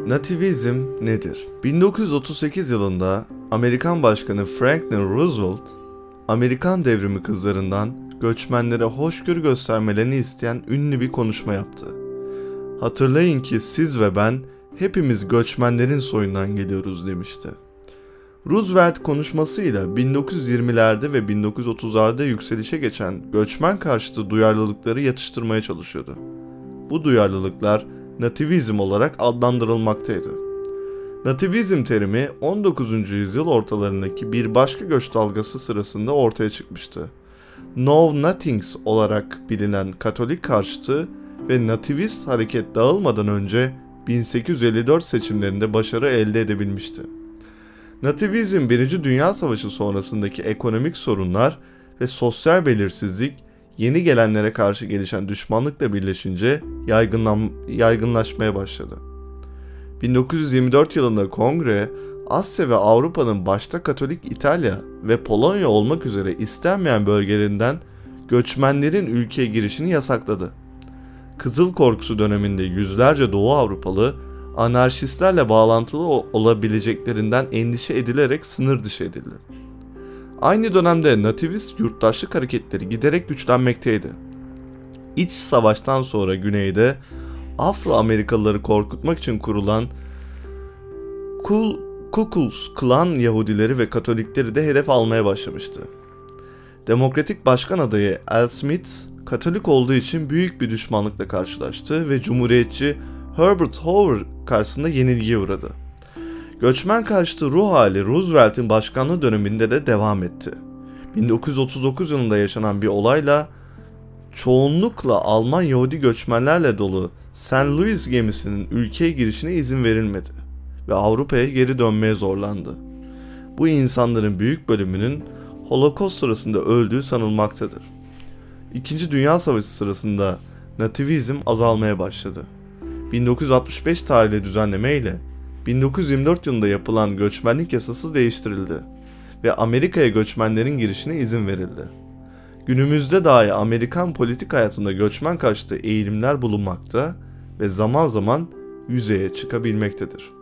Nativizm nedir? 1938 yılında Amerikan Başkanı Franklin Roosevelt, Amerikan devrimi kızlarından göçmenlere hoşgörü göstermelerini isteyen ünlü bir konuşma yaptı. Hatırlayın ki siz ve ben hepimiz göçmenlerin soyundan geliyoruz demişti. Roosevelt konuşmasıyla 1920'lerde ve 1930'larda yükselişe geçen göçmen karşıtı duyarlılıkları yatıştırmaya çalışıyordu. Bu duyarlılıklar nativizm olarak adlandırılmaktaydı. Nativizm terimi 19. yüzyıl ortalarındaki bir başka göç dalgası sırasında ortaya çıkmıştı. Know Nothings olarak bilinen Katolik karşıtı ve nativist hareket dağılmadan önce 1854 seçimlerinde başarı elde edebilmişti. Nativizm 1. Dünya Savaşı sonrasındaki ekonomik sorunlar ve sosyal belirsizlik yeni gelenlere karşı gelişen düşmanlıkla birleşince yaygınlaşmaya başladı. 1924 yılında Kongre, Asya ve Avrupa'nın başta Katolik İtalya ve Polonya olmak üzere istenmeyen bölgelerinden göçmenlerin ülkeye girişini yasakladı. Kızıl Korkusu döneminde yüzlerce Doğu Avrupalı, anarşistlerle bağlantılı olabileceklerinden endişe edilerek sınır dışı edildi. Aynı dönemde nativist yurttaşlık hareketleri giderek güçlenmekteydi. İç savaştan sonra güneyde Afro-Amerikalıları korkutmak için kurulan Ku Klux Klan Yahudileri ve Katolikleri de hedef almaya başlamıştı. Demokratik Başkan adayı Al Smith, Katolik olduğu için büyük bir düşmanlıkla karşılaştı ve Cumhuriyetçi Herbert Hoover karşısında yenilgiye uğradı. Göçmen karşıtı ruh hali Roosevelt'in başkanlığı döneminde de devam etti. 1939 yılında yaşanan bir olayla çoğunlukla Alman Yahudi göçmenlerle dolu St. Louis gemisinin ülkeye girişine izin verilmedi ve Avrupa'ya geri dönmeye zorlandı. Bu insanların büyük bölümünün Holocaust sırasında öldüğü sanılmaktadır. İkinci Dünya Savaşı sırasında nativizm azalmaya başladı. 1965 tarihli düzenleme ile 1924 yılında yapılan göçmenlik yasası değiştirildi ve Amerika'ya göçmenlerin girişine izin verildi. Günümüzde dahi Amerikan politik hayatında göçmen karşıtı eğilimler bulunmakta ve zaman zaman yüzeye çıkabilmektedir.